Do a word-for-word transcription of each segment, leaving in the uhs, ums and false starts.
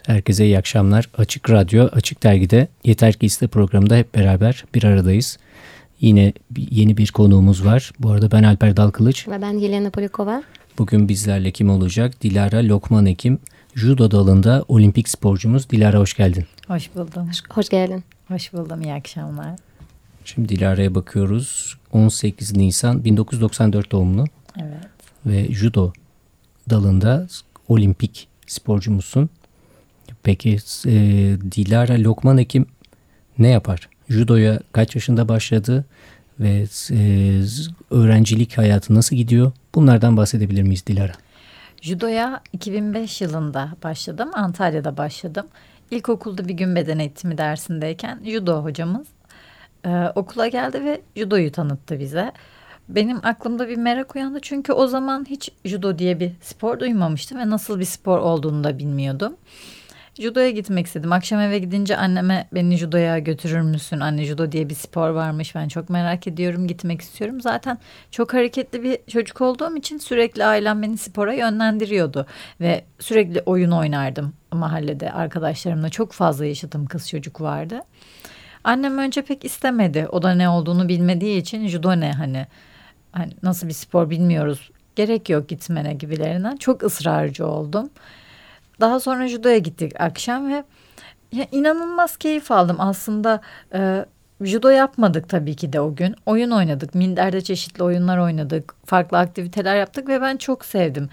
Herkese iyi akşamlar. Açık Radyo, Açık Dergi'de Yeter Ki İste programında hep beraber bir aradayız. Yine yeni bir konuğumuz var. Bu arada ben Alper Dalkılıç. Ve ben Yelena Polikova. Bugün bizlerle kim olacak? Dilara Lokman Ekim. Judo dalında olimpik sporcumuz. Dilara hoş geldin. Hoş buldum. Hoş, hoş geldin. Hoş buldum. İyi akşamlar. Şimdi Dilara'ya bakıyoruz. on sekiz Nisan bin dokuz yüz doksan dört doğumlu. Evet. Ve judo dalında olimpik sporcumuzsun. Peki e, Dilara Lokman Ekim ne yapar? Judoya kaç yaşında başladı ve e, öğrencilik hayatı nasıl gidiyor? Bunlardan bahsedebilir miyiz Dilara? Judoya iki bin beş yılında başladım. Antalya'da başladım. İlkokulda bir gün beden eğitimi dersindeyken judo hocamız e, okula geldi ve judoyu tanıttı bize. Benim aklımda bir merak uyandı çünkü o zaman hiç judo diye bir spor duymamıştım ve nasıl bir spor olduğunu da bilmiyordum. Judoya gitmek istedim. Akşam eve gidince anneme beni judoya götürür müsün? Anne, judo diye bir spor varmış. Ben çok merak ediyorum, gitmek istiyorum. Zaten çok hareketli bir çocuk olduğum için sürekli ailem beni spora yönlendiriyordu. Ve sürekli oyun oynardım mahallede arkadaşlarımla. Çok fazla yaşadığım kız çocuk vardı. Annem önce pek istemedi. O da ne olduğunu bilmediği için judo ne hani, hani nasıl bir spor bilmiyoruz. Gerek yok gitmene gibilerinden. Çok ısrarcı oldum. Daha sonra judoya gittik akşam ve ya inanılmaz keyif aldım. Aslında e, judo yapmadık tabii ki de o gün. Oyun oynadık. Minderde çeşitli oyunlar oynadık. Farklı aktiviteler yaptık ve ben çok sevdim.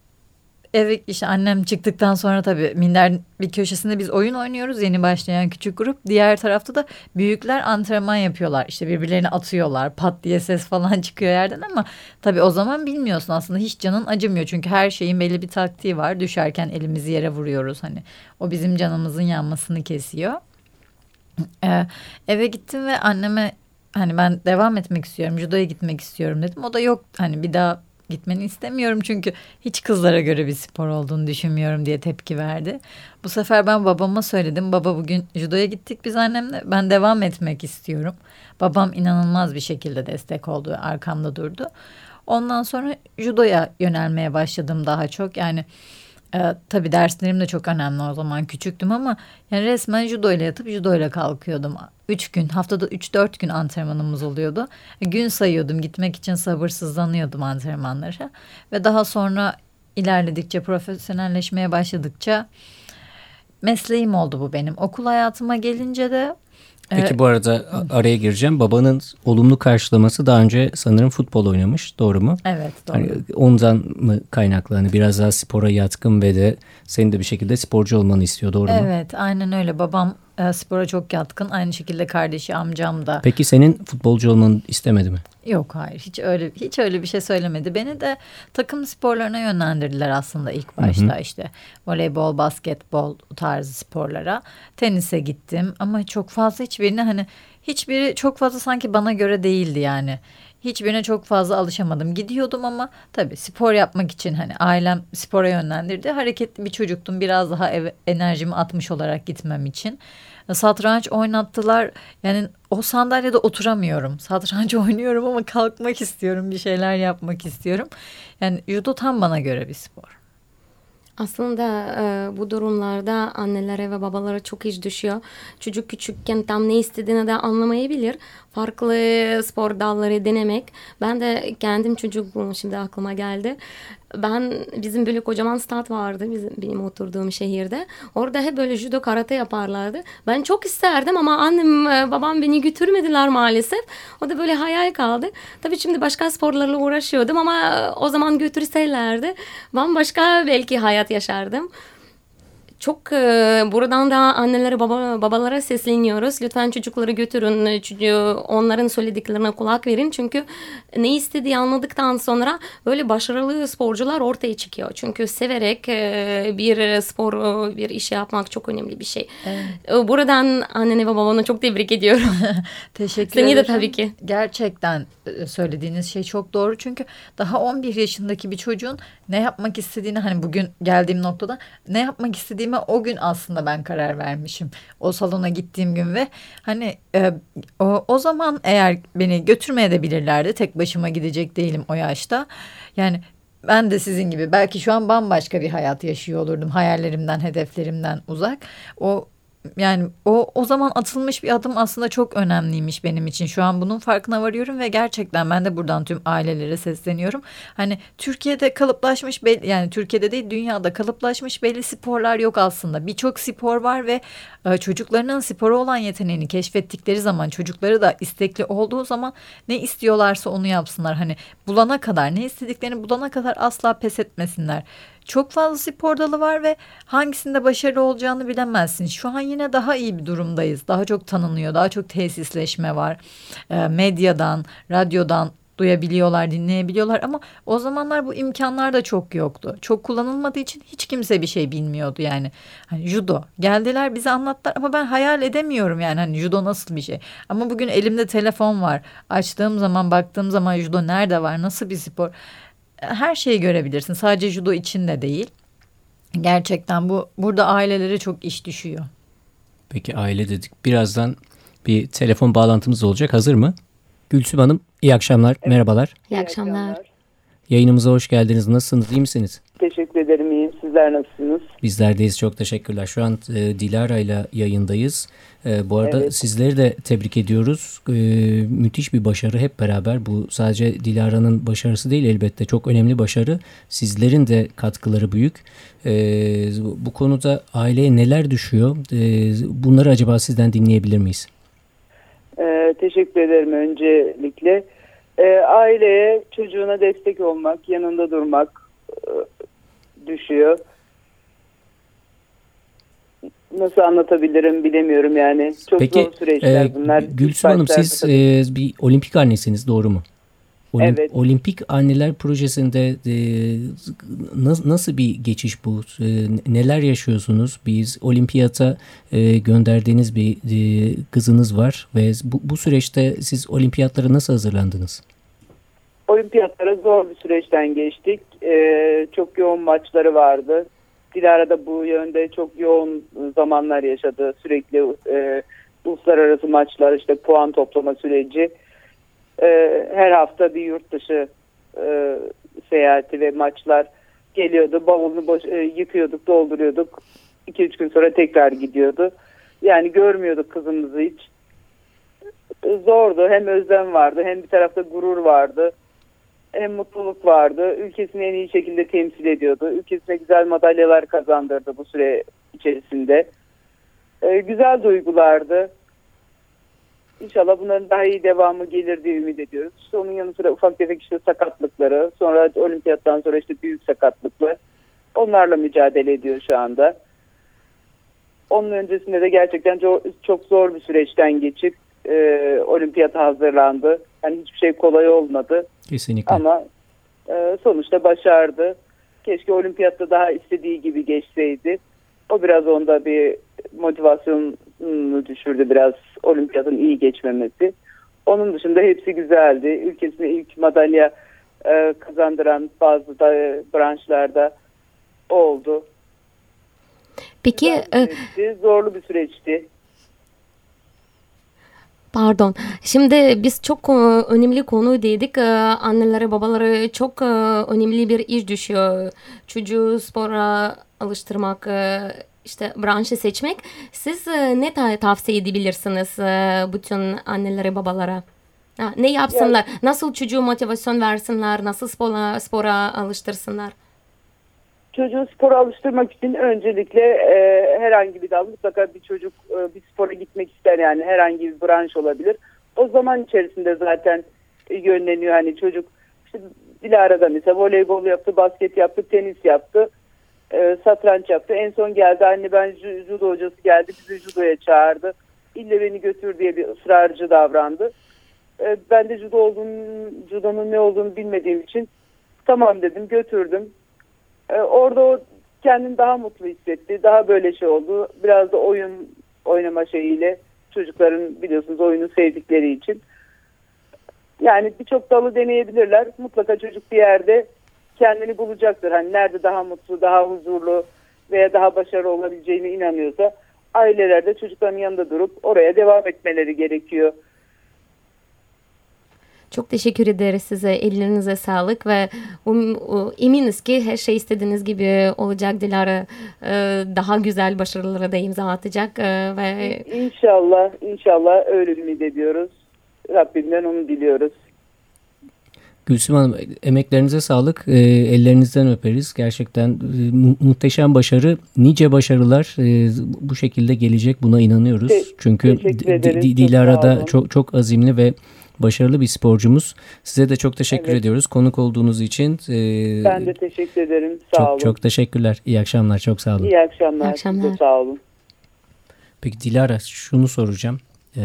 Evet, işte annem çıktıktan sonra tabii minder bir köşesinde biz oyun oynuyoruz, yeni başlayan küçük grup. Diğer tarafta da büyükler antrenman yapıyorlar. İşte birbirlerini atıyorlar, pat diye ses falan çıkıyor yerden ama tabii o zaman bilmiyorsun aslında, hiç canın acımıyor. Çünkü her şeyin belli bir taktiği var. Düşerken elimizi yere vuruyoruz, hani o bizim canımızın yanmasını kesiyor. Ee, eve gittim ve anneme hani ben devam etmek istiyorum, judoya gitmek istiyorum dedim. O da yok hani bir daha gitmeni istemiyorum çünkü hiç kızlara göre bir spor olduğunu düşünmüyorum diye tepki verdi. Bu sefer ben babama söyledim. Baba, bugün judoya gittik biz annemle. Ben devam etmek istiyorum. Babam inanılmaz bir şekilde destek oldu. Arkamda durdu. Ondan sonra judoya yönelmeye başladım daha çok. Yani e, tabii derslerim de çok önemli, o zaman küçüktüm ama yani resmen judo ile yatıp judo ile kalkıyordum. Üç gün, haftada üç dört gün antrenmanımız oluyordu. Gün sayıyordum, gitmek için sabırsızlanıyordum antrenmanlara. Ve daha sonra ilerledikçe, profesyonelleşmeye başladıkça mesleğim oldu bu benim. Okul hayatıma gelince de... Peki e, bu arada araya gireceğim. Babanın olumlu karşılaması, daha önce sanırım futbol oynamış, doğru mu? Evet, doğru. Hani ondan mı kaynaklı? Hani biraz daha spora yatkın ve de senin de bir şekilde sporcu olmanı istiyor, doğru mu? Evet, aynen öyle. Babam e, spora çok yatkın. Aynı şekilde kardeşi, amcam da. Peki senin futbolcu olmanı istemedi mi? Yok, hayır, hiç öyle hiç öyle bir şey söylemedi. Beni de takım sporlarına yönlendirdiler aslında ilk başta. Hı hı. İşte voleybol, basketbol tarzı sporlara. Tenise gittim ama çok fazla hiçbirine hani hiçbiri çok fazla sanki bana göre değildi yani. Hiçbirine çok fazla alışamadım. Gidiyordum ama tabii spor yapmak için hani ailem spora yönlendirdi. Hareketli bir çocuktum. Biraz daha eve, enerjimi atmış olarak gitmem için. Satranç oynattılar. Yani o sandalyede oturamıyorum. Satranç oynuyorum ama kalkmak istiyorum. Bir şeyler yapmak istiyorum. Yani judo tam bana göre bir spor. Aslında e, bu durumlarda annelere ve babalara çok iş düşüyor. Çocuk küçükken tam ne istediğini de anlamayabilir. Farklı spor dalları denemek. Ben de kendim çocukluğum şimdi aklıma geldi. Ben bizim böyle kocaman stat vardı bizim, benim oturduğum şehirde. Orada hep böyle judo, karate yaparlardı. Ben çok isterdim ama annem babam beni götürmediler maalesef. O da böyle hayal kaldı. Tabii şimdi başka sporlarla uğraşıyordum ama o zaman götürselerdi bambaşka belki hayat yaşardım. Çok e, buradan da annelere baba, babalara sesleniyoruz. Lütfen çocukları götürün. Çocuğu, onların söylediklerine kulak verin. Çünkü ne istediği anladıktan sonra böyle başarılı sporcular ortaya çıkıyor. Çünkü severek e, bir spor, bir iş yapmak çok önemli bir şey. Evet. Buradan annene ve babana çok tebrik ediyorum. Teşekkür Seni ederim. de tabii ki. Gerçekten söylediğiniz şey çok doğru. Çünkü daha on bir yaşındaki bir çocuğun ne yapmak istediğini, hani bugün geldiğim noktada ne yapmak istediğime o gün aslında ben karar vermişim. O salona gittiğim gün ve hani e, o, o zaman eğer beni götürmeye de bilirlerdi. Tek başıma gidecek değilim o yaşta. Yani ben de sizin gibi belki şu an bambaşka bir hayat yaşıyor olurdum. Hayallerimden, hedeflerimden uzak. O yani o o zaman atılmış bir adım aslında çok önemliymiş benim için. Şu an bunun farkına varıyorum ve gerçekten ben de buradan tüm ailelere sesleniyorum. Hani Türkiye'de kalıplaşmış belli, yani Türkiye'de değil dünyada kalıplaşmış belli sporlar yok aslında. Birçok spor var ve e, çocuklarının spora olan yeteneğini keşfettikleri zaman, çocukları da istekli olduğu zaman ne istiyorlarsa onu yapsınlar. Hani bulana kadar, ne istediklerini bulana kadar asla pes etmesinler. Çok fazla spor dalı var ve hangisinde başarılı olacağını bilemezsin. Şu an yine daha iyi bir durumdayız. Daha çok tanınıyor, daha çok tesisleşme var. E, medyadan, radyodan duyabiliyorlar, dinleyebiliyorlar ama o zamanlar bu imkanlar da çok yoktu. Çok kullanılmadığı için hiç kimse bir şey bilmiyordu yani. Hani judo geldiler bize anlattılar ama ben hayal edemiyorum yani hani judo nasıl bir şey. Ama bugün elimde telefon var. Açtığım zaman, baktığım zaman judo nerede var, nasıl bir spor? Her şeyi görebilirsin. Sadece judo için de değil. Gerçekten bu burada ailelere çok iş düşüyor. Peki aile dedik. Birazdan bir telefon bağlantımız olacak. Hazır mı? Gülsüm Hanım, iyi akşamlar, evet. Merhabalar. İyi, iyi akşamlar. akşamlar. Yayınımıza hoş geldiniz. Nasılsınız, iyi misiniz? Teşekkür ederim, iyiyim. Sizler nasılsınız? Bizlerdeyiz, çok teşekkürler. Şu an e, Dilara ile yayındayız. E, bu arada evet. Sizleri de tebrik ediyoruz. E, müthiş bir başarı hep beraber. Bu sadece Dilara'nın başarısı değil elbette. Çok önemli başarı. Sizlerin de katkıları büyük. E, bu konuda aileye neler düşüyor? E, bunları acaba sizden dinleyebilir miyiz? E, teşekkür ederim öncelikle. E, aileye çocuğuna destek olmak, yanında durmak e, düşüyor. Nasıl anlatabilirim bilemiyorum yani. Çok Peki, zor süreçler e, bunlar. Gülsüm Hanım siz e, bir olimpik annesiniz, doğru mu? Olimp, evet. Olimpik Anneler Projesi'nde e, nasıl, nasıl bir geçiş bu? E, neler yaşıyorsunuz? Biz olimpiyata e, gönderdiğiniz bir e, kızınız var ve bu, bu süreçte siz olimpiyatlara nasıl hazırlandınız? Olimpiyatlara zor bir süreçten geçtik. E, çok yoğun maçları vardı. Dilara da bu yönde çok yoğun zamanlar yaşadı. Sürekli e, uluslararası maçlar, işte puan toplama süreci. Ee, her hafta bir yurt dışı e, seyahati ve maçlar geliyordu. Bavulunu boş, e, yıkıyorduk, dolduruyorduk. iki üç gün sonra tekrar gidiyordu. Yani görmüyorduk kızımızı hiç. Zordu. Hem özlem vardı, hem bir tarafta gurur vardı. Hem mutluluk vardı. Ülkesini en iyi şekilde temsil ediyordu. Ülkesine güzel madalyalar kazandırdı bu süre içerisinde. Ee, güzel duygulardı. İnşallah bunların daha iyi devamı gelir diye ümit ediyoruz. İşte onun yanı sıra ufak tefek işte sakatlıkları, sonra olimpiyattan sonra işte büyük sakatlıklar. Onlarla mücadele ediyor şu anda. Onun öncesinde de gerçekten çok, çok zor bir süreçten geçip e, olimpiyata hazırlandı. Yani hiçbir şey kolay olmadı. Kesinlikle. Ama e, sonuçta başardı. Keşke olimpiyatta daha istediği gibi geçseydi. O biraz onda bir motivasyonunu düşürdü, biraz olimpiyatın iyi geçmemesi. Onun dışında hepsi güzeldi. Ülkesine ilk madalya e, kazandıran bazı da e, branşlarda oldu. Peki bir süreçti, zorlu bir süreçti. Pardon. Şimdi biz çok önemli konu dedik. Annelere, babalara çok önemli bir iş düşüyor. Çocuğu spora alıştırmak, işte branşı seçmek. Siz ne tavsiye edebilirsiniz bütün annelere, babalara? Ne yapsınlar? Yani, nasıl çocuğu motivasyon versinler? Nasıl spora, spora alıştırsınlar? Çocuğu spora alıştırmak için öncelikle e, herhangi bir dal, mutlaka bir çocuk e, bir spora gitmek ister, yani herhangi bir branş olabilir. O zaman içerisinde zaten e, yönleniyor. Hani çocuk işte Dilara'da mesela voleybol yaptı, basket yaptı, tenis yaptı, e, satranç yaptı. En son geldi anne ben judo hocası geldi, bizi judoya çağırdı. İlle beni götür diye bir ısrarcı davrandı. E, ben de judo olduğunu, judonun ne olduğunu bilmediğim için tamam dedim, götürdüm. Orada o kendini daha mutlu hissetti. Daha böyle şey oldu. Biraz da oyun oynama şeyiyle, çocukların biliyorsunuz oyunu sevdikleri için. Yani birçok dalı deneyebilirler. Mutlaka çocuk bir yerde kendini bulacaktır. Hani nerede daha mutlu, daha huzurlu veya daha başarılı olabileceğine inanıyorsa aileler de çocukların yanında durup oraya devam etmeleri gerekiyor. Çok teşekkür ederiz size. Ellerinize sağlık ve um, eminiz ki her şey istediğiniz gibi olacak. Dilara e, daha güzel başarılara da imza atacak e, ve İnşallah, inşallah öyle ümit ediyoruz. Rabbimden onu diliyoruz. Gülsüm Hanım, emeklerinize sağlık. E, ellerinizden öperiz. Gerçekten e, mu- muhteşem başarı. Nice başarılar e, bu şekilde gelecek. Buna inanıyoruz. Te- Çünkü teşekkür Di- ederiz. Di- Çok Dilara sağ da olun. çok çok azimli ve başarılı bir sporcumuz. Size de çok teşekkür Evet. ediyoruz konuk olduğunuz için. E, Ben de teşekkür ederim. Sağ çok olun. çok teşekkürler. İyi akşamlar. Çok sağ olun. İyi akşamlar. İyi akşamlar. Size sağ olun. Peki Dilara, şunu soracağım. Ee,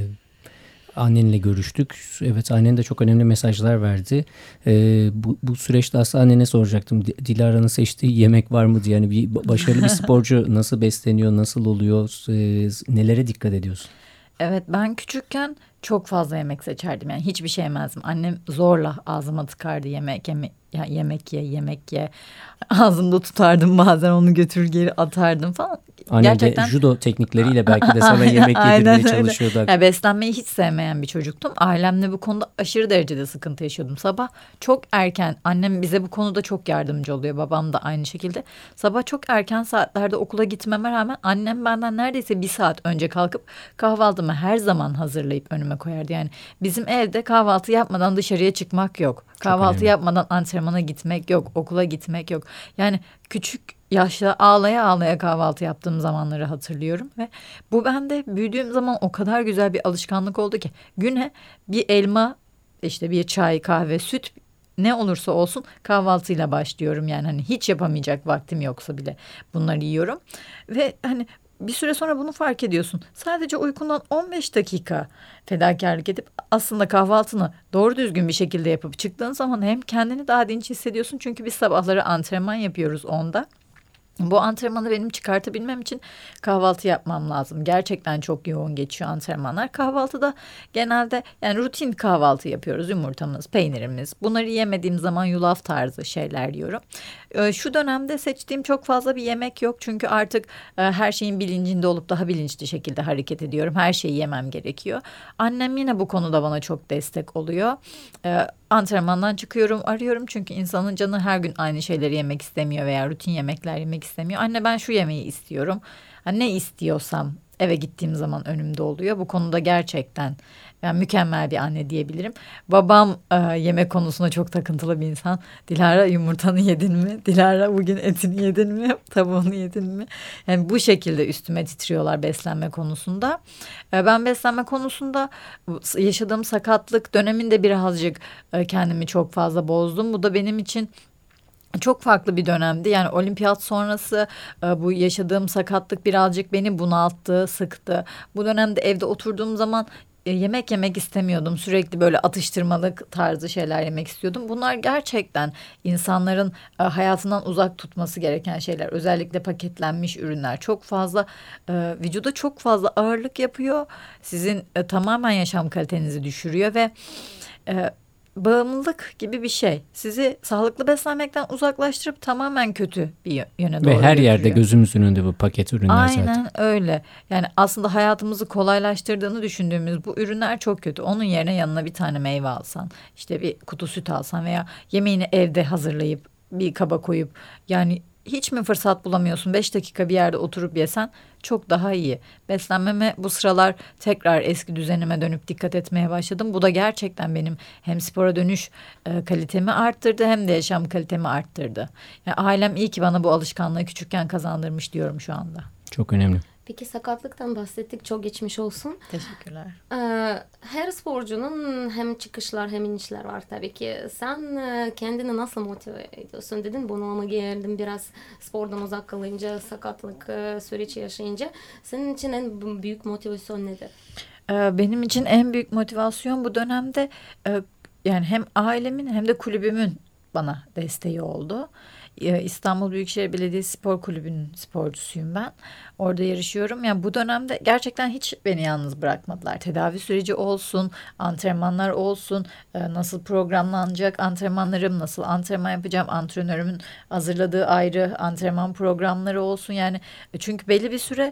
annenle görüştük. Evet, annen de çok önemli mesajlar verdi. Ee, bu, bu süreçte aslında annene soracaktım. Di- Dilara'nın seçtiği yemek var mı diye. Yani bir ba- başarılı bir sporcu nasıl besleniyor, nasıl oluyor, ee, nelere dikkat ediyorsun? Evet, ben küçükken çok fazla yemek seçerdim. Yani hiçbir şey yemezdim. Annem zorla ağzıma tıkardı yemek yeme ya yemek ye yemek ye. Ağzımda tutardım, bazen onu götür geri atardım falan. Annen Gerçekten de judo teknikleriyle belki de sana Aynen, yemek aynen yedirmeye öyle. çalışıyordu. Ya beslenmeyi hiç sevmeyen bir çocuktum. Ailemle bu konuda aşırı derecede sıkıntı yaşıyordum. Sabah çok erken, annem bize bu konuda çok yardımcı oluyor. Babam da aynı şekilde. Sabah çok erken saatlerde okula gitmeme rağmen annem benden neredeyse bir saat önce kalkıp kahvaltımı her zaman hazırlayıp önüme koyardı. Yani bizim evde kahvaltı yapmadan dışarıya çıkmak yok. Kahvaltı önemli. yapmadan antrenmana gitmek yok. Okula gitmek yok. Yani küçük yaşta ağlaya ağlaya kahvaltı yaptığım zamanları hatırlıyorum ve bu bende büyüdüğüm zaman o kadar güzel bir alışkanlık oldu ki güne bir elma, işte bir çay, kahve, süt, ne olursa olsun kahvaltıyla başlıyorum. Yani hani hiç yapamayacak vaktim yoksa bile bunları yiyorum ve hani bir süre sonra bunu fark ediyorsun. Sadece uykundan on beş dakika fedakarlık edip aslında kahvaltını doğru düzgün bir şekilde yapıp çıktığın zaman hem kendini daha dinç hissediyorsun. Çünkü biz sabahları antrenman yapıyoruz onda. Bu antrenmanı benim çıkartabilmem için kahvaltı yapmam lazım. Gerçekten çok yoğun geçiyor antrenmanlar. Kahvaltıda genelde yani rutin kahvaltı yapıyoruz. Yumurtamız, peynirimiz. Bunları yemediğim zaman yulaf tarzı şeyler yiyorum. Ee, şu dönemde seçtiğim çok fazla bir yemek yok. Çünkü artık e, her şeyin bilincinde olup daha bilinçli şekilde hareket ediyorum. Her şeyi yemem gerekiyor. Annem yine bu konuda bana çok destek oluyor. Ee, antrenmandan çıkıyorum, arıyorum çünkü insanın canı her gün aynı şeyleri yemek istemiyor veya rutin yemekler yemek istemiyor. Anne, ben şu yemeği istiyorum. Hani ne istiyorsam eve gittiğim zaman önümde oluyor. Bu konuda gerçekten yani mükemmel bir anne diyebilirim. Babam e, yemek konusunda çok takıntılı bir insan. Dilara, yumurtanı yedin mi? Dilara, bugün etini yedin mi? Tavuğunu yedin mi? Yani bu şekilde üstüme titriyorlar beslenme konusunda. E, ben beslenme konusunda yaşadığım sakatlık döneminde birazcık e, kendimi çok fazla bozdum. Bu da benim için çok farklı bir dönemdi. Yani olimpiyat sonrası e, bu yaşadığım sakatlık birazcık beni bunalttı, sıktı. Bu dönemde evde oturduğum zaman e, yemek yemek istemiyordum. Sürekli böyle atıştırmalık tarzı şeyler yemek istiyordum. Bunlar gerçekten insanların e, hayatından uzak tutması gereken şeyler. Özellikle paketlenmiş ürünler çok fazla e, vücuda çok fazla ağırlık yapıyor. Sizin e, tamamen yaşam kalitenizi düşürüyor ve e, bağımlılık gibi bir şey. Sizi sağlıklı beslenmekten uzaklaştırıp tamamen kötü bir yöne doğru Ve her yerde götürüyor. gözümüzün önünde bu paket ürünler Aynen zaten. öyle. Yani aslında hayatımızı kolaylaştırdığını düşündüğümüz bu ürünler çok kötü. Onun yerine yanına bir tane meyve alsan, işte bir kutu süt alsan veya yemeğini evde hazırlayıp bir kaba koyup, yani hiç mi fırsat bulamıyorsun? Beş dakika bir yerde oturup yesen çok daha iyi. Beslenmeme bu sıralar tekrar eski düzenime dönüp dikkat etmeye başladım. Bu da gerçekten benim hem spora dönüş e, kalitemi arttırdı hem de yaşam kalitemi arttırdı. Yani ailem iyi ki bana bu alışkanlığı küçükken kazandırmış diyorum şu anda. Çok önemli. Peki sakatlıktan bahsettik. Çok geçmiş olsun. Teşekkürler. Ee, her sporcunun hem çıkışlar hem inişler var tabii ki. Sen e, kendini nasıl motive ediyorsun dedin. Bunu ona geldim biraz spordan uzak kalınca, sakatlık e, süreci yaşayınca. Senin için en büyük motivasyon nedir? Ee, benim için en büyük motivasyon bu dönemde e, yani hem ailemin hem de kulübümün bana desteği oldu. İstanbul Büyükşehir Belediyesi Spor Kulübü'nün sporcusuyum ben. Orada yarışıyorum. Yani bu dönemde gerçekten hiç beni yalnız bırakmadılar. Tedavi süreci olsun, antrenmanlar olsun, nasıl programlanacak antrenmanlarım, nasıl antrenman yapacağım, antrenörümün hazırladığı ayrı antrenman programları olsun. Yani çünkü belli bir süre,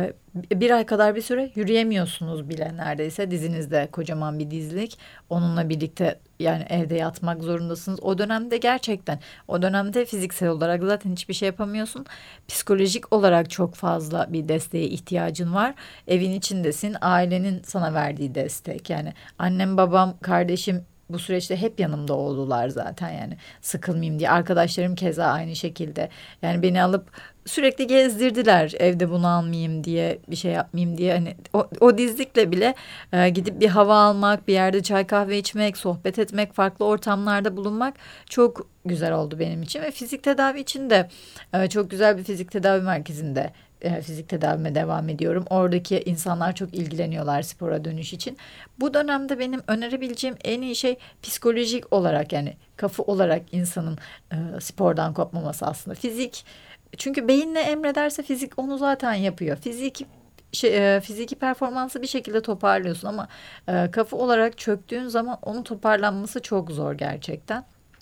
bir ay kadar bir süre yürüyemiyorsunuz bile neredeyse. Dizinizde kocaman bir dizlik. Onunla birlikte yani evde yatmak zorundasınız. O dönemde gerçekten, o dönemde fiziksel olarak zaten hiçbir şey yapamıyorsun. Psikolojik olarak çok fazla bir desteğe ihtiyacın var. Evin içindesin, ailenin sana verdiği destek. Yani annem, babam, kardeşim bu süreçte hep yanımda oldular zaten, yani sıkılmayayım diye. Arkadaşlarım keza aynı şekilde. Yani beni alıp sürekli gezdirdiler, evde bunu almayayım diye, bir şey yapmayayım diye. Hani o, o dizlikle bile e, gidip bir hava almak, bir yerde çay kahve içmek, sohbet etmek, farklı ortamlarda bulunmak çok güzel oldu benim için. Ve fizik tedavi için de e, çok güzel bir fizik tedavi merkezinde e, fizik tedavime devam ediyorum. Oradaki insanlar çok ilgileniyorlar spora dönüş için. Bu dönemde benim önerebileceğim en iyi şey psikolojik olarak, yani kafa olarak insanın e, spordan kopmaması aslında. Fizik, çünkü beyin ne emrederse fizik onu zaten yapıyor. Fiziki şey, e, fiziki performansı bir şekilde toparlıyorsun ama e, kafa olarak çöktüğün zaman onun toparlanması çok zor gerçekten.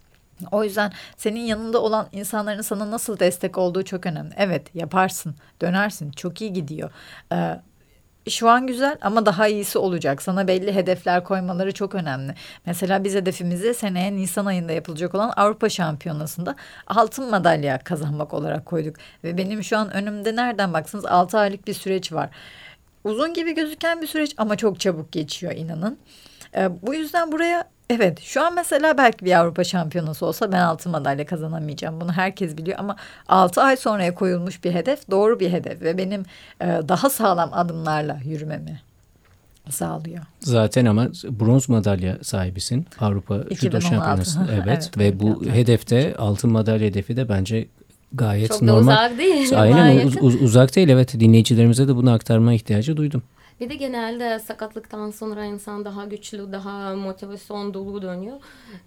O yüzden senin yanında olan insanların sana nasıl destek olduğu çok önemli. Evet, yaparsın, dönersin, çok iyi gidiyor. Ee, şu an güzel ama daha iyisi olacak. Sana belli hedefler koymaları çok önemli. Mesela biz hedefimizi seneye Nisan ayında yapılacak olan Avrupa Şampiyonası'nda altın madalya kazanmak olarak koyduk. Ve benim şu an önümde nereden baksanız altı aylık bir süreç var. Uzun gibi gözüken bir süreç ama çok çabuk geçiyor, inanın. Ee, bu yüzden buraya, evet, şu an mesela belki bir Avrupa Şampiyonası olsa ben altın madalya kazanamayacağım. Bunu herkes biliyor ama altı ay sonraya koyulmuş bir hedef doğru bir hedef ve benim e, daha sağlam adımlarla yürümemi sağlıyor. Zaten ama bronz madalya sahibisin Avrupa Judo Şampiyonası'nda. Evet, evet ve bu evet. hedefte altın madalya hedefi de bence gayet çok normal. Çok da uzak değil. Aynen uz, uz, uzak değil, evet, dinleyicilerimize de bunu aktarma ihtiyacı duydum. Bir de genelde sakatlıktan sonra insan daha güçlü, daha motivasyon dolu dönüyor.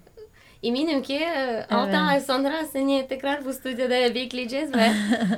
Eminim ki evet. altı ay sonra seni tekrar bu stüdyoda bekleyeceğiz ve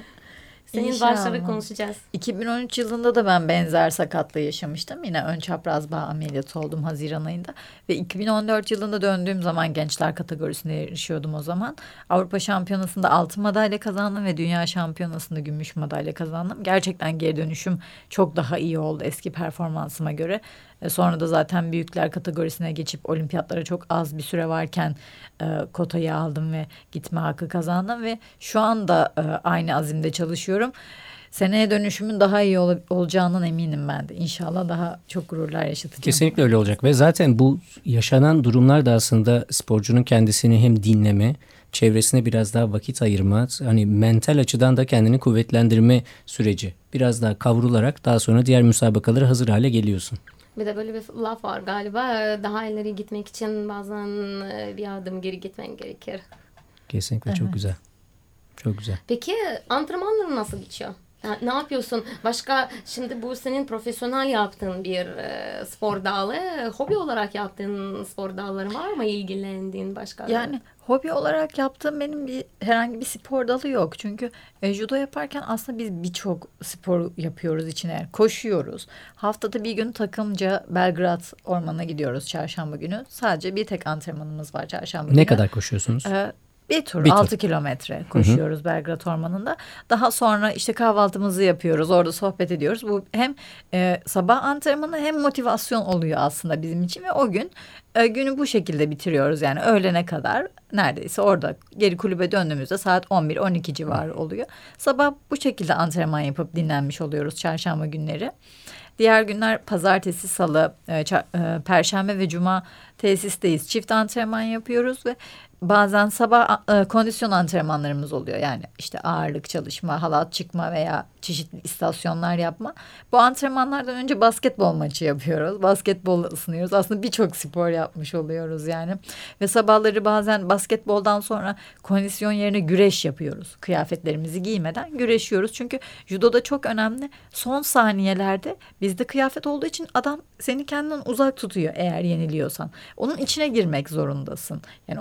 senin başarı konuşacağız. iki bin on üç yılında da ben benzer sakatlığı yaşamıştım. Yine ön çapraz bağ ameliyatı oldum Haziran ayında. Ve iki bin on dört yılında döndüğüm zaman gençler kategorisinde yarışıyordum o zaman. Avrupa Şampiyonası'nda altın madalya kazandım ve Dünya Şampiyonası'nda gümüş madalya kazandım. Gerçekten geri dönüşüm çok daha iyi oldu eski performansıma göre. Sonra da zaten büyükler kategorisine geçip olimpiyatlara çok az bir süre varken e, kotayı aldım ve gitme hakkı kazandım ve şu anda e, aynı azimde çalışıyorum. Seneye dönüşümün daha iyi ol- olacağından eminim ben de. İnşallah daha çok gururlar yaşatacağım. Kesinlikle öyle olacak ve zaten bu yaşanan durumlar da aslında sporcunun kendisini hem dinleme, çevresine biraz daha vakit ayırma, hani mental açıdan da kendini kuvvetlendirme süreci. Biraz daha kavrularak daha sonra diğer müsabakalara hazır hale geliyorsun. Bir de böyle bir laf var galiba, daha ileri gitmek için bazen bir adım geri gitmen gerekir. Kesinlikle evet. Çok güzel. Çok güzel. Peki antrenmanların nasıl geçiyor? Ne yapıyorsun? Başka, şimdi bu senin profesyonel yaptığın bir e, spor dalı. Hobi olarak yaptığın spor dalları var mı? İlgilendiğin başka? Yani hobi olarak yaptığım benim bir herhangi bir spor dalı yok. Çünkü e, judo yaparken aslında biz birçok spor yapıyoruz içine. Koşuyoruz. Haftada bir gün takımca Belgrad Ormanı'na gidiyoruz çarşamba günü. Sadece bir tek antrenmanımız var çarşamba günü. Ne kadar koşuyorsunuz? Ee, Bir tur, bir tur. altı kilometre koşuyoruz, hı hı, Belgrad Ormanı'nda. Daha sonra işte kahvaltımızı yapıyoruz, orada sohbet ediyoruz. Bu hem e, sabah antrenmanı hem motivasyon oluyor aslında bizim için ve o gün e, günü bu şekilde bitiriyoruz. Yani öğlene kadar neredeyse orada, geri kulübe döndüğümüzde saat on bir on iki civarı oluyor. Sabah bu şekilde antrenman yapıp dinlenmiş oluyoruz çarşamba günleri. Diğer günler pazartesi, salı, e, e, perşembe ve cuma tesisteyiz. Çift antrenman yapıyoruz ve bazen sabah e, kondisyon antrenmanlarımız oluyor. Yani işte ağırlık çalışma, halat çıkma veya çeşitli istasyonlar yapma. Bu antrenmanlardan önce basketbol maçı yapıyoruz. Basketbolla ısınıyoruz. Aslında birçok spor yapmış oluyoruz yani. Ve sabahları bazen basketboldan sonra kondisyon yerine güreş yapıyoruz. Kıyafetlerimizi giymeden güreşiyoruz. Çünkü judoda çok önemli. Son saniyelerde bizde kıyafet olduğu için adam seni kendinden uzak tutuyor eğer yeniliyorsan. Onun içine girmek zorundasın. Yani onu kendine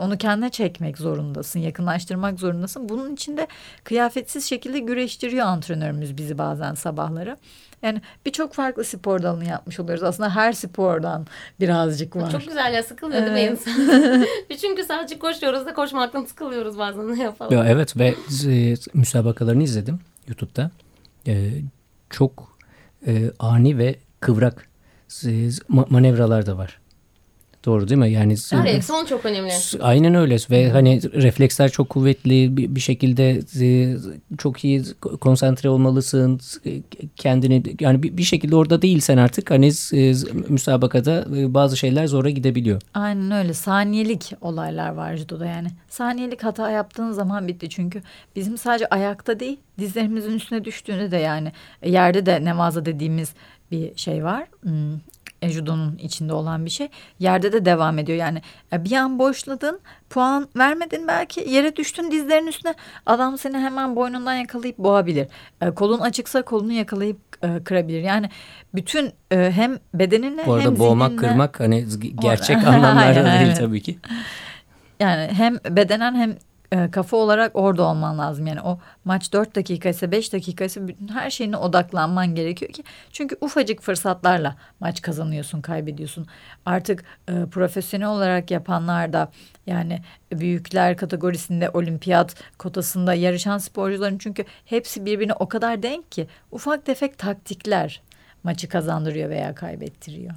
çekmek zorundasın, yakınlaştırmak zorundasın. Bunun için de kıyafetsiz şekilde güreştiriyor antrenörümüz bizi bazen sabahları. Yani birçok farklı spor dalını yapmış oluyoruz. Aslında her spordan birazcık var. Çok güzel ya, sıkılıyor değil mi Evet. insan? Çünkü sadece koşuyoruz da koşmaktan sıkılıyoruz bazen, ne yapalım. Ya evet ve e, müsabakalarını izledim YouTube'da. E, çok e, ani ve kıvrak e, ma- manevralar da var. Doğru değil mi? Yani Yani reaksiyon çok önemli. aynen öyle ve hani refleksler çok kuvvetli bir, bir şekilde e, çok iyi konsantre olmalısın, e, kendini yani bir, bir şekilde orada değilsen artık hani e, müsabakada e, bazı şeyler zora gidebiliyor. Aynen öyle, saniyelik olaylar var judoda yani. Saniyelik hata yaptığın zaman bitti, çünkü bizim sadece ayakta değil, dizlerimizin üstüne düştüğünde de yani yerde de nevaza dediğimiz bir şey var. Hmm. E, judonun içinde olan bir şey. Yerde de devam ediyor. Yani e, bir an boşladın, puan vermedin, belki yere düştün dizlerin üstüne. Adam seni hemen boynundan yakalayıp boğabilir. E, kolun açıksa kolunu yakalayıp e, kırabilir. Yani bütün e, hem bedeninle Bu arada hem boğmak, zihninle, kırmak hani gerçek Aynen, anlamlarda değil aynen. tabii ki. Yani hem bedenen hem e, kafa olarak orada olman lazım. Yani o maç dört dakika ise beş dakika ise bütün her şeyine odaklanman gerekiyor ki. Çünkü ufacık fırsatlarla maç kazanıyorsun, kaybediyorsun. Artık e, profesyonel olarak yapanlar da, yani büyükler kategorisinde olimpiyat kotasında yarışan sporcuların, çünkü hepsi birbirine o kadar denk ki ufak tefek taktikler maçı kazandırıyor veya kaybettiriyor.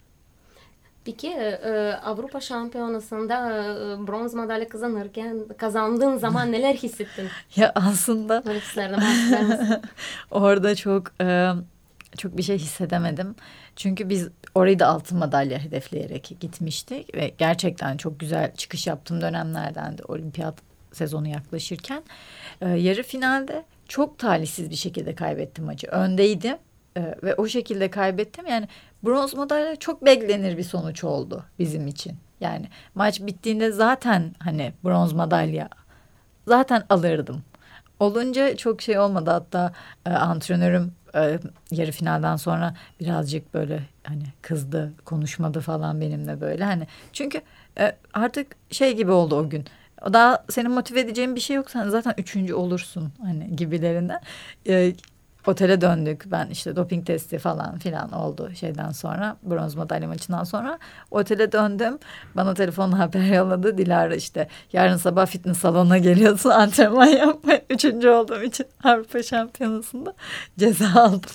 Peki e, Avrupa Şampiyonası'nda e, bronz madalya kazanırken, kazandığın zaman neler hissettin? Ya aslında Böyle hislerden bahseder misin? orada çok e, çok bir şey hissedemedim. Çünkü biz orayı da altın madalya hedefleyerek gitmiştik ve gerçekten çok güzel çıkış yaptığım dönemlerden de olimpiyat sezonu yaklaşırken e, yarı finalde çok talihsiz bir şekilde kaybettim maçı. Öndeydim e, ve o şekilde kaybettim. Yani bronz madalya çok beklenir bir sonuç oldu bizim için. Yani maç bittiğinde zaten hani bronz madalya zaten alırdım. Olunca çok şey olmadı, hatta e, antrenörüm e, yarı finalden sonra birazcık böyle hani kızdı, konuşmadı falan benimle böyle hani, çünkü e, artık şey gibi oldu o gün. Daha seni motive edeceğin bir şey yok, sen zaten üçüncü olursun hani gibilerinden. E, Otele döndük. Ben işte doping testi falan filan oldu şeyden sonra, bronz madalya maçından sonra. Otele döndüm. Bana telefonla haber yolladı. Dilara işte yarın sabah fitness salonuna geliyorsun antrenman yapmaya. Üçüncü olduğum için Avrupa Şampiyonası'nda ceza aldım.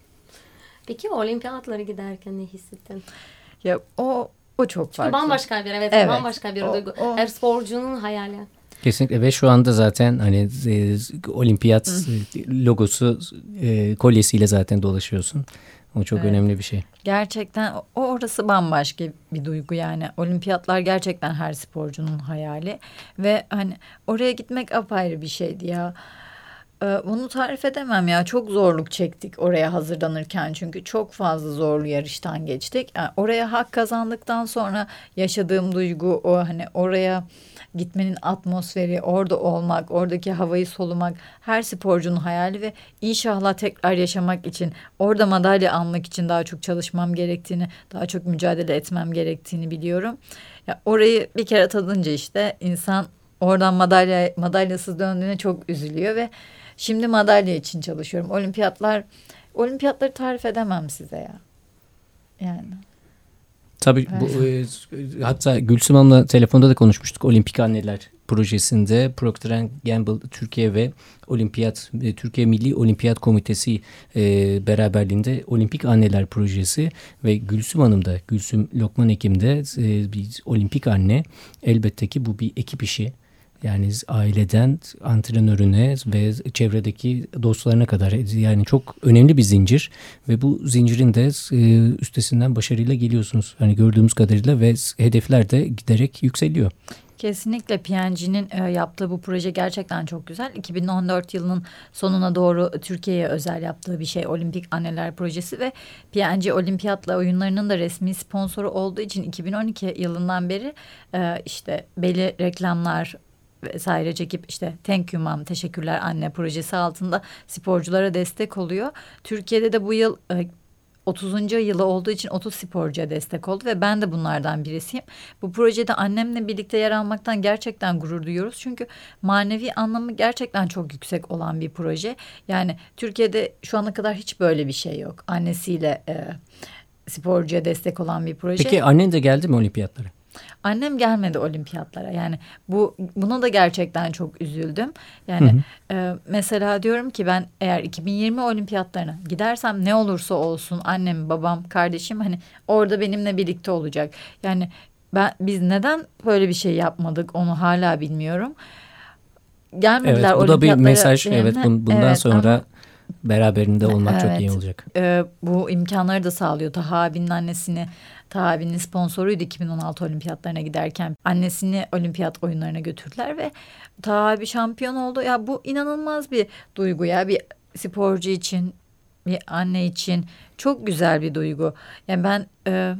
Peki olimpiyatlara giderken ne hissettin? Ya o o çok farklı. Bambaşka bir evet, Evet. bambaşka bir O- duygu. o- Her sporcunun hayali. Kesinlikle ve şu anda zaten hani e, olimpiyat e, logosu e, kolyesiyle zaten dolaşıyorsun. O çok Evet. önemli bir şey. Gerçekten o orası bambaşka bir duygu yani. Olimpiyatlar gerçekten her sporcunun hayali ve hani oraya gitmek apayrı bir şeydi ya. Ee, Bunu tarif edemem ya. Çok zorluk çektik oraya hazırlanırken, çünkü çok fazla zorlu yarıştan geçtik. Yani oraya hak kazandıktan sonra yaşadığım duygu o, hani oraya gitmenin atmosferi, orada olmak, oradaki havayı solumak her sporcunun hayali ve inşallah tekrar yaşamak için, orada madalya almak için daha çok çalışmam gerektiğini, daha çok mücadele etmem gerektiğini biliyorum. Ya orayı bir kere tadınca işte insan oradan madalya madalyasız döndüğüne çok üzülüyor ve şimdi madalya için çalışıyorum. Olimpiyatlar, olimpiyatları tarif edemem size ya. Yani. Tabii bu e, hatta Gülsüm Hanım'la telefonda da konuşmuştuk. Olimpik Anneler projesinde Procter and Gamble Türkiye ve Olimpiyat e, Türkiye Milli Olimpiyat Komitesi e, beraberliğinde Olimpik Anneler projesi ve Gülsüm Hanım da, Gülsüm Lokman Hekim de e, bir olimpik anne. Elbette ki bu bir ekip işi. Yani aileden antrenörüne ve çevredeki dostlarına kadar, yani çok önemli bir zincir ve bu zincirin de e, üstesinden başarıyla geliyorsunuz. Hani gördüğümüz kadarıyla ve hedefler de giderek yükseliyor. Kesinlikle P and G'nin e, yaptığı bu proje gerçekten çok güzel. iki bin on dört yılının sonuna doğru Türkiye'ye özel yaptığı bir şey Olimpik Anneler Projesi ve P and G Olimpiyatla oyunlarının da resmi sponsoru olduğu için iki bin on iki yılından beri e, işte belli reklamlar vesaire çekip işte Thank You Mom, Teşekkürler Anne projesi altında sporculara destek oluyor. Türkiye'de de bu yıl e, otuzuncu yılı olduğu için otuz sporcuya destek oldu ve ben de bunlardan birisiyim. Bu projede annemle birlikte yer almaktan gerçekten gurur duyuyoruz. Çünkü manevi anlamı gerçekten çok yüksek olan bir proje. Yani Türkiye'de şu ana kadar hiç böyle bir şey yok. Annesiyle e, sporcuya destek olan bir proje. Peki annen de geldi mi olimpiyatlara? Annem gelmedi olimpiyatlara. Yani bu buna da gerçekten çok üzüldüm. Yani hı hı. E, mesela diyorum ki ben eğer iki bin yirmi olimpiyatlarına gidersem ne olursa olsun annem, babam, kardeşim hani orada benimle birlikte olacak. Yani ben biz neden böyle bir şey yapmadık onu hala bilmiyorum. Gelmediler evet, bu da bir mesaj. Yerine. Evet, bundan evet, sonra ama beraberinde olmak evet, çok iyi olacak. E, bu imkanları da sağlıyor. Taha abinin annesini, Taha abinin sponsoruydu iki bin on altı olimpiyatlarına giderken. Annesini olimpiyat oyunlarına götürdüler ve Taha abi şampiyon oldu. Ya bu inanılmaz bir duygu ya. Bir sporcu için, bir anne için çok güzel bir duygu. Yani ben e,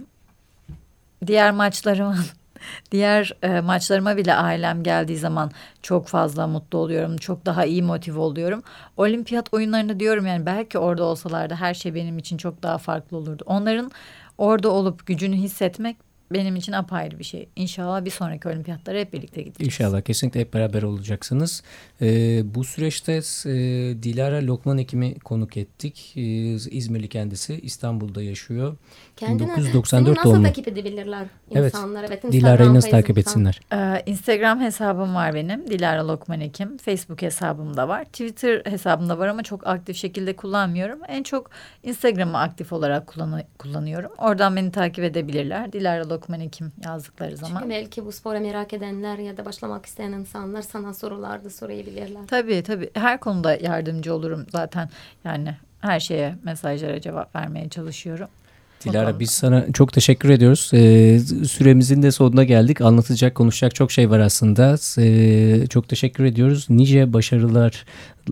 diğer maçlarıma Diğer e, maçlarıma bile ailem geldiği zaman çok fazla mutlu oluyorum. Çok daha iyi motive oluyorum. Olimpiyat oyunlarında diyorum yani belki orada olsalardı her şey benim için çok daha farklı olurdu. Onların orada olup gücünü hissetmek benim için apayrı bir şey. İnşallah bir sonraki olimpiyatlara hep birlikte gideceğiz. İnşallah kesinlikle hep beraber olacaksınız. Ee, bu süreçte e, Dilara Lokman Ekim'i konuk ettik. Ee, İzmirli kendisi, İstanbul'da yaşıyor. Kendine, bin dokuz yüz doksan dört seni nasıl doğumlu. takip edebilirler insanlar? Evet, evet Dilara'yı nasıl Facebook'tan. takip etsinler? Ee, Instagram hesabım var benim. Dilara Lokman Ekim. Facebook hesabım da var. Twitter hesabım da var ama çok aktif şekilde kullanmıyorum. En çok Instagram'ı aktif olarak kullan- kullanıyorum. Oradan beni takip edebilirler. Dilara Lokman Ekim yazdıkları zaman. Çünkü belki bu spora merak edenler ya da başlamak isteyen insanlar sana sorular da sorabilirler. Tabii tabii. Her konuda yardımcı olurum zaten. Yani her şeye, mesajlara cevap vermeye çalışıyorum. Dilara, biz sana çok teşekkür ediyoruz. Ee, süremizin de sonuna geldik. Anlatacak, konuşacak çok şey var aslında. Ee, çok teşekkür ediyoruz. Nice başarılar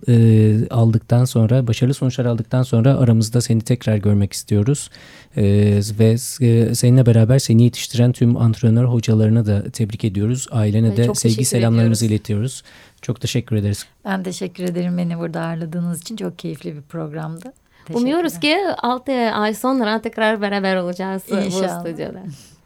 e, aldıktan sonra, başarılı sonuçlar aldıktan sonra aramızda seni tekrar görmek istiyoruz. Ee, ve e, seninle beraber seni yetiştiren tüm antrenör hocalarına da tebrik ediyoruz. Ailene Ve de sevgi selamlarımızı ediyoruz. iletiyoruz. Çok teşekkür ederiz. Ben teşekkür ederim beni burada ağırladığınız için. Çok keyifli bir programdı. Umuyoruz ki altı ay sonra tekrar beraber olacağız İnşallah. bu stüdyoda.